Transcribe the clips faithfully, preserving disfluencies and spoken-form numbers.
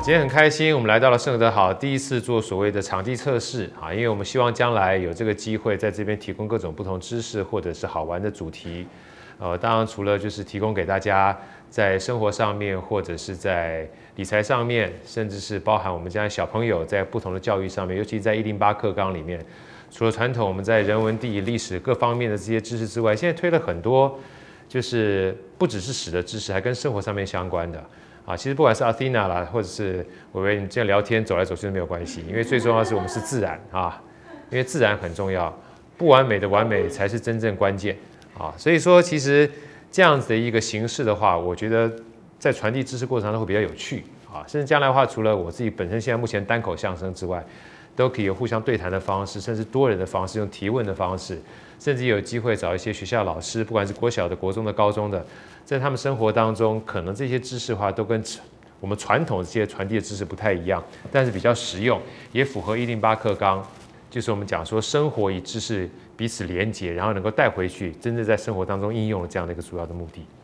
今天很开心，我们来到了圣德好，第一次做所谓的场地测试啊，因为我们希望将来有这个机会在这边提供各种不同知识或者是好玩的主题。呃，当然除了就是提供给大家在生活上面，或者是在理财上面，甚至是包含我们家小朋友在不同的教育上面，尤其在一零八课纲里面，除了传统我们在人文、地理、历史各方面的这些知识之外，现在推了很多，就是不只是史的知识，还跟生活上面相关的。啊，其实不管是 Athena 啦，或者是伟伟，你这样聊天走来走去都没有关系，因为最重要的是我们是自然啊，因为自然很重要，不完美的完美才是真正关键啊。所以说，其实这样子的一个形式的话，我觉得在传递知识过程当中会比较有趣啊。甚至将来的话，除了我自己本身现在目前单口相声之外，都可以有互相对谈的方式，甚至多人的方式，用提问的方式，甚至有机会找一些学校老师，不管是国小的、国中的、高中的。在他们生活当中，可能这些知识的话都跟我们传统这些传递的知识不太一样，但是比较实用，也符合一零八课纲，就是我们讲说生活与知识彼此连结，然后能够带回去，真正在生活当中应用的这样的一个主要的目的。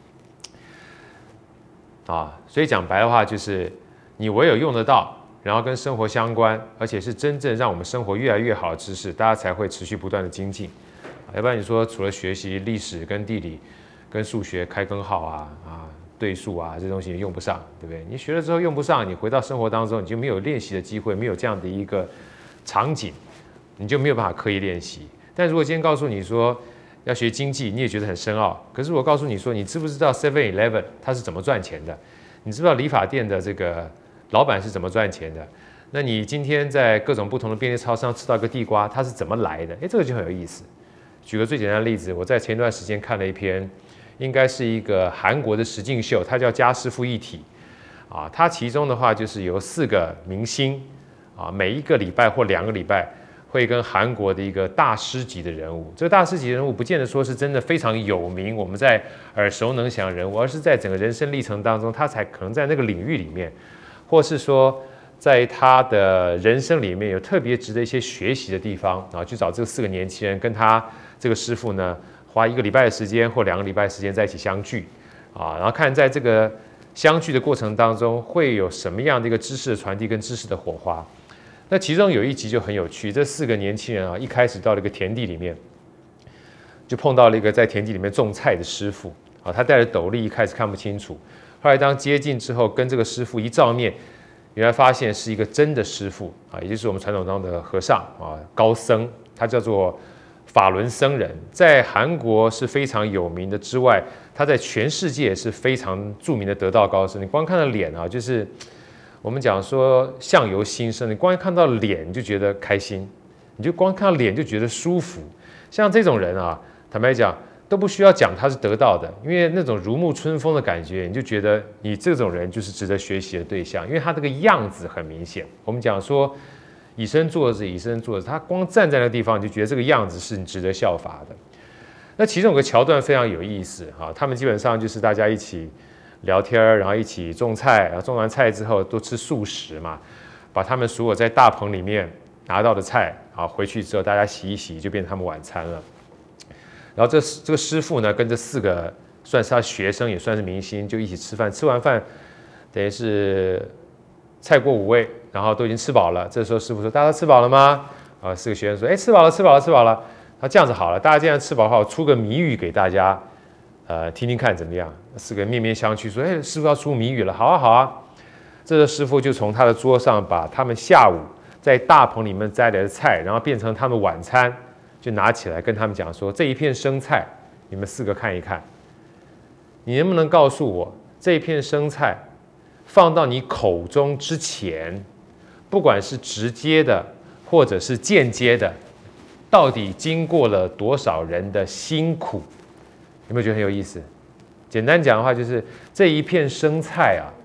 啊，所以讲白的话就是，你唯有用得到，然后跟生活相关，而且是真正让我们生活越来越好的知识，大家才会持续不断的精进。要不然你说除了学习历史跟地理，跟数学开根号啊啊对数啊这东西用不上，对不对？你学了之后用不上，你回到生活当中你就没有练习的机会，没有这样的一个场景，你就没有办法刻意练习。但如果今天告诉你说要学经济，你也觉得很深奥。可是我告诉你说，你知不知道 seven eleven 它是怎么赚钱的？你知不知道理发店的这个老板是怎么赚钱的？那你今天在各种不同的便利超商吃到一个地瓜，它是怎么来的？哎，这个就很有意思。举个最简单的例子，我在前段时间看了一篇。应该是一个韩国的实境秀，它叫《家师傅一体》啊。它其中的话就是有四个明星啊，每一个礼拜或两个礼拜会跟韩国的一个大师级的人物。这个大师级人物不见得说是真的非常有名，我们在耳熟能详的人物，而是在整个人生历程当中，他才可能在那个领域里面，或是说在他的人生里面有特别值得一些学习的地方啊，去找这四个年轻人跟他这个师傅呢。花一个礼拜的时间或两个礼拜的时间在一起相聚，啊，然后看在这个相聚的过程当中会有什么样的一个知识的传递跟知识的火花。那其中有一集就很有趣，这四个年轻人啊，一开始到了一个田地里面，就碰到了一个在田地里面种菜的师傅，啊，他戴着斗笠，一开始看不清楚，后来当接近之后，跟这个师傅一照面，原来发现是一个真的师傅啊，也就是我们传统中的和尚啊，高僧，他叫做。法轮僧人在韩国是非常有名的，之外，他在全世界是非常著名的得道高僧。你光看到脸啊，就是我们讲说相由心生，你光看到脸你就觉得开心，你就光看到脸就觉得舒服。像这种人啊，坦白讲都不需要讲他是得道的，因为那种如沐春风的感觉，你就觉得你这种人就是值得学习的对象，因为他这个样子很明显。我们讲说。以身作则，以身作则。他光站在那个地方，你就觉得这个样子是你值得效法的。那其中有个桥段非常有意思哈，他们基本上就是大家一起聊天，然后一起种菜，然后种完菜之后都吃素食嘛，把他们所有在大棚里面拿到的菜啊，回去之后大家洗一洗，就变成他们晚餐了。然后这这个师傅呢，跟这四个算是他学生，也算是明星，就一起吃饭。吃完饭，等于是菜过五味。然后都已经吃饱了，这时候师傅说：“大家吃饱了吗？”啊，四个学生说：“哎，吃饱了，吃饱了，吃饱了。”他这样子好了，大家这样吃饱的话，我出个谜语给大家，呃，听听看怎么样？四个人面面相觑，说：“哎，师傅要出谜语了，好啊，好啊。”这个师傅就从他的桌上把他们下午在大棚里面摘来的菜，然后变成他们晚餐，就拿起来跟他们讲说：“这一片生菜，你们四个看一看，你能不能告诉我这一片生菜放到你口中之前？”不管是直接的或者是间接的，到底经过了多少人的辛苦？有没有觉得很有意思？简单讲的话，就是这一片生菜啊，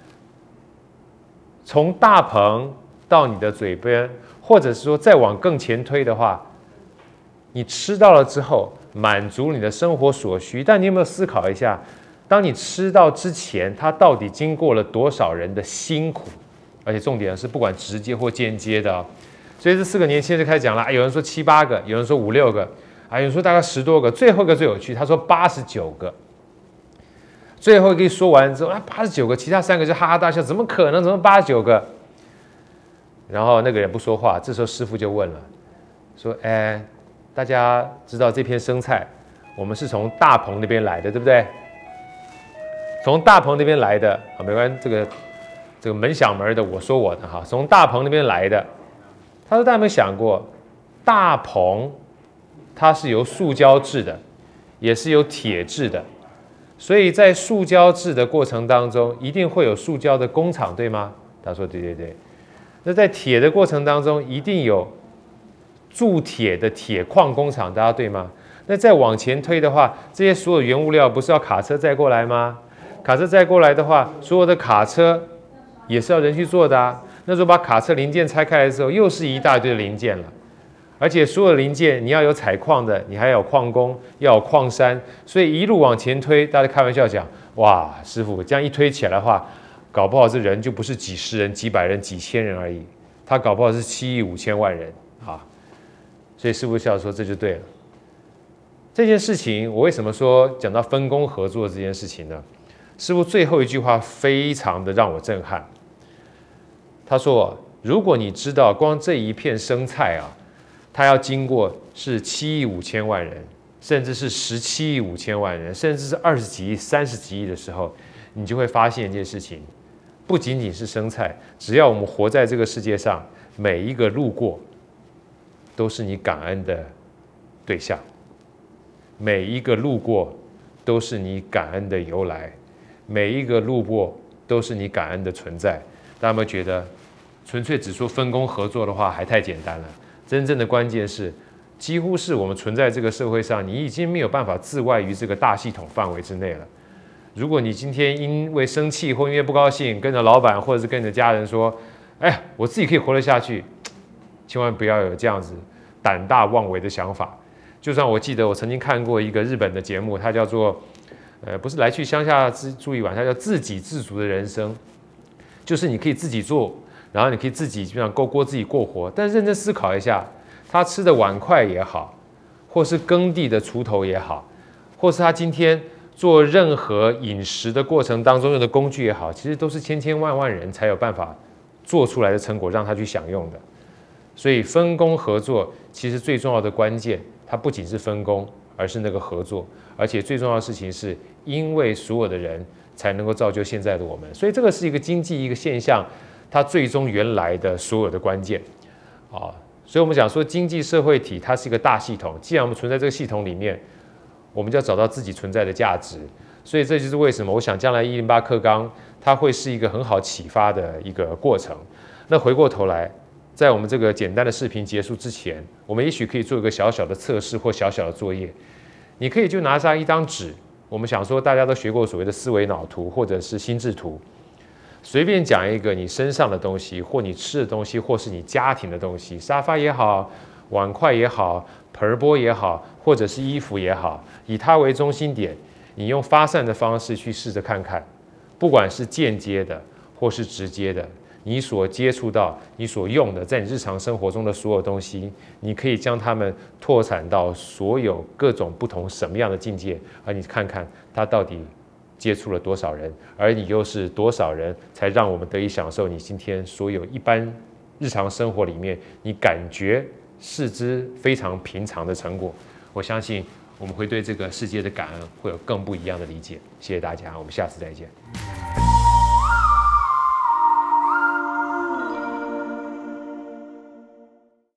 从大棚到你的嘴边，或者是说再往更前推的话，你吃到了之后，满足你的生活所需。但你有没有思考一下，当你吃到之前，它到底经过了多少人的辛苦？而且重点是不管直接或间接的、哦，所以这四个年轻人就开始讲了、啊。有人说七八个，有人说五六个，啊，有人说大概十多个，最后一个最有趣，他说八十九个。 最后一个说完之后，啊，八十九个，其他三个就哈哈大笑，怎么可能？怎么八十九个？然后那个人不说话，这时候师父就问了，说：“哎，大家知道这片生菜，我们是从大鹏那边来的，对不对？从大鹏那边来的啊，没关系，这个这个门响门的，我说我的哈，从大鹏那边来的。他说，大家有没有想过，大鹏它是由塑胶制的，也是由铁制的。”所以在塑胶制的过程当中，一定会有塑胶的工厂，对吗？他说：“对对对。”那在铁的过程当中，一定有铸铁的铁矿工厂，大家对吗？那再往前推的话，这些所有原物料不是要卡车载过来吗？卡车载过来的话，所有的卡车也是要人去做的啊。那时候把卡车零件拆开来的时候，又是一大堆的零件了。而且所有零件，你要有采矿的，你还要有矿工，要有矿山，所以一路往前推，大家开玩笑讲，哇，师傅这样一推起来的话，搞不好这人就不是几十人、几百人、几千人而已，他搞不好是七亿五千万人啊！所以师傅笑说这就对了。这件事情，我为什么说讲到分工合作这件事情呢？师傅最后一句话非常的让我震撼，他说，如果你知道光这一片生菜啊，它要经过是七亿五千万人，甚至是十七亿五千万人，甚至是二十几亿、三十几亿的时候，你就会发现一件事情，不仅仅是生菜，只要我们活在这个世界上，每一个路过都是你感恩的对象，每一个路过都是你感恩的由来，每一个路过都是你感恩的存在。大家有没有觉得，纯粹只说分工合作的话，还太简单了？真正的关键是，几乎是我们存在这个社会上，你已经没有办法自外于这个大系统范围之内了。如果你今天因为生气或因为不高兴，跟着老板或者是跟着家人说：“哎，我自己可以活得下去”，千万不要有这样子胆大妄为的想法。就算我记得我曾经看过一个日本的节目，它叫做呃，不是来去乡下住一晚，它叫自给自足的人生，就是你可以自己做。然后你可以自己就像勾锅自己过活，但认真思考一下，他吃的碗筷也好，或是耕地的锄头也好，或是他今天做任何饮食的过程当中用的工具也好，其实都是千千万万人才有办法做出来的成果让他去享用的。所以分工合作其实最重要的关键，它不仅是分工，而是那个合作，而且最重要的事情是因为所有的人才能够造就现在的我们。所以这个是一个经济一个现象。它最终原来的所有的关键，啊，所以我们讲说经济社会体它是一个大系统。既然我们存在这个系统里面，我们就要找到自己存在的价值。所以这就是为什么我想将来一零八课纲它会是一个很好启发的一个过程。那回过头来，在我们这个简单的视频结束之前，我们也许可以做一个小小的测试或小小的作业。你可以就拿上一张纸，我们想说大家都学过所谓的思维脑图或者是心智图。随便讲一个你身上的东西，或你吃的东西，或是你家庭的东西，沙发也好，碗筷也好，盆钵也好，或者是衣服也好，以它为中心点，你用发散的方式去试着看看，不管是间接的或是直接的，你所接触到、你所用的，在你日常生活中的所有东西，你可以将它们拓展到所有各种不同什么样的境界，而你看看它到底接触了多少人，而你又是多少人，才让我们得以享受你今天所有一般日常生活里面你感觉视之非常平常的成果。我相信我们会对这个世界的感恩会有更不一样的理解。谢谢大家，我们下次再见。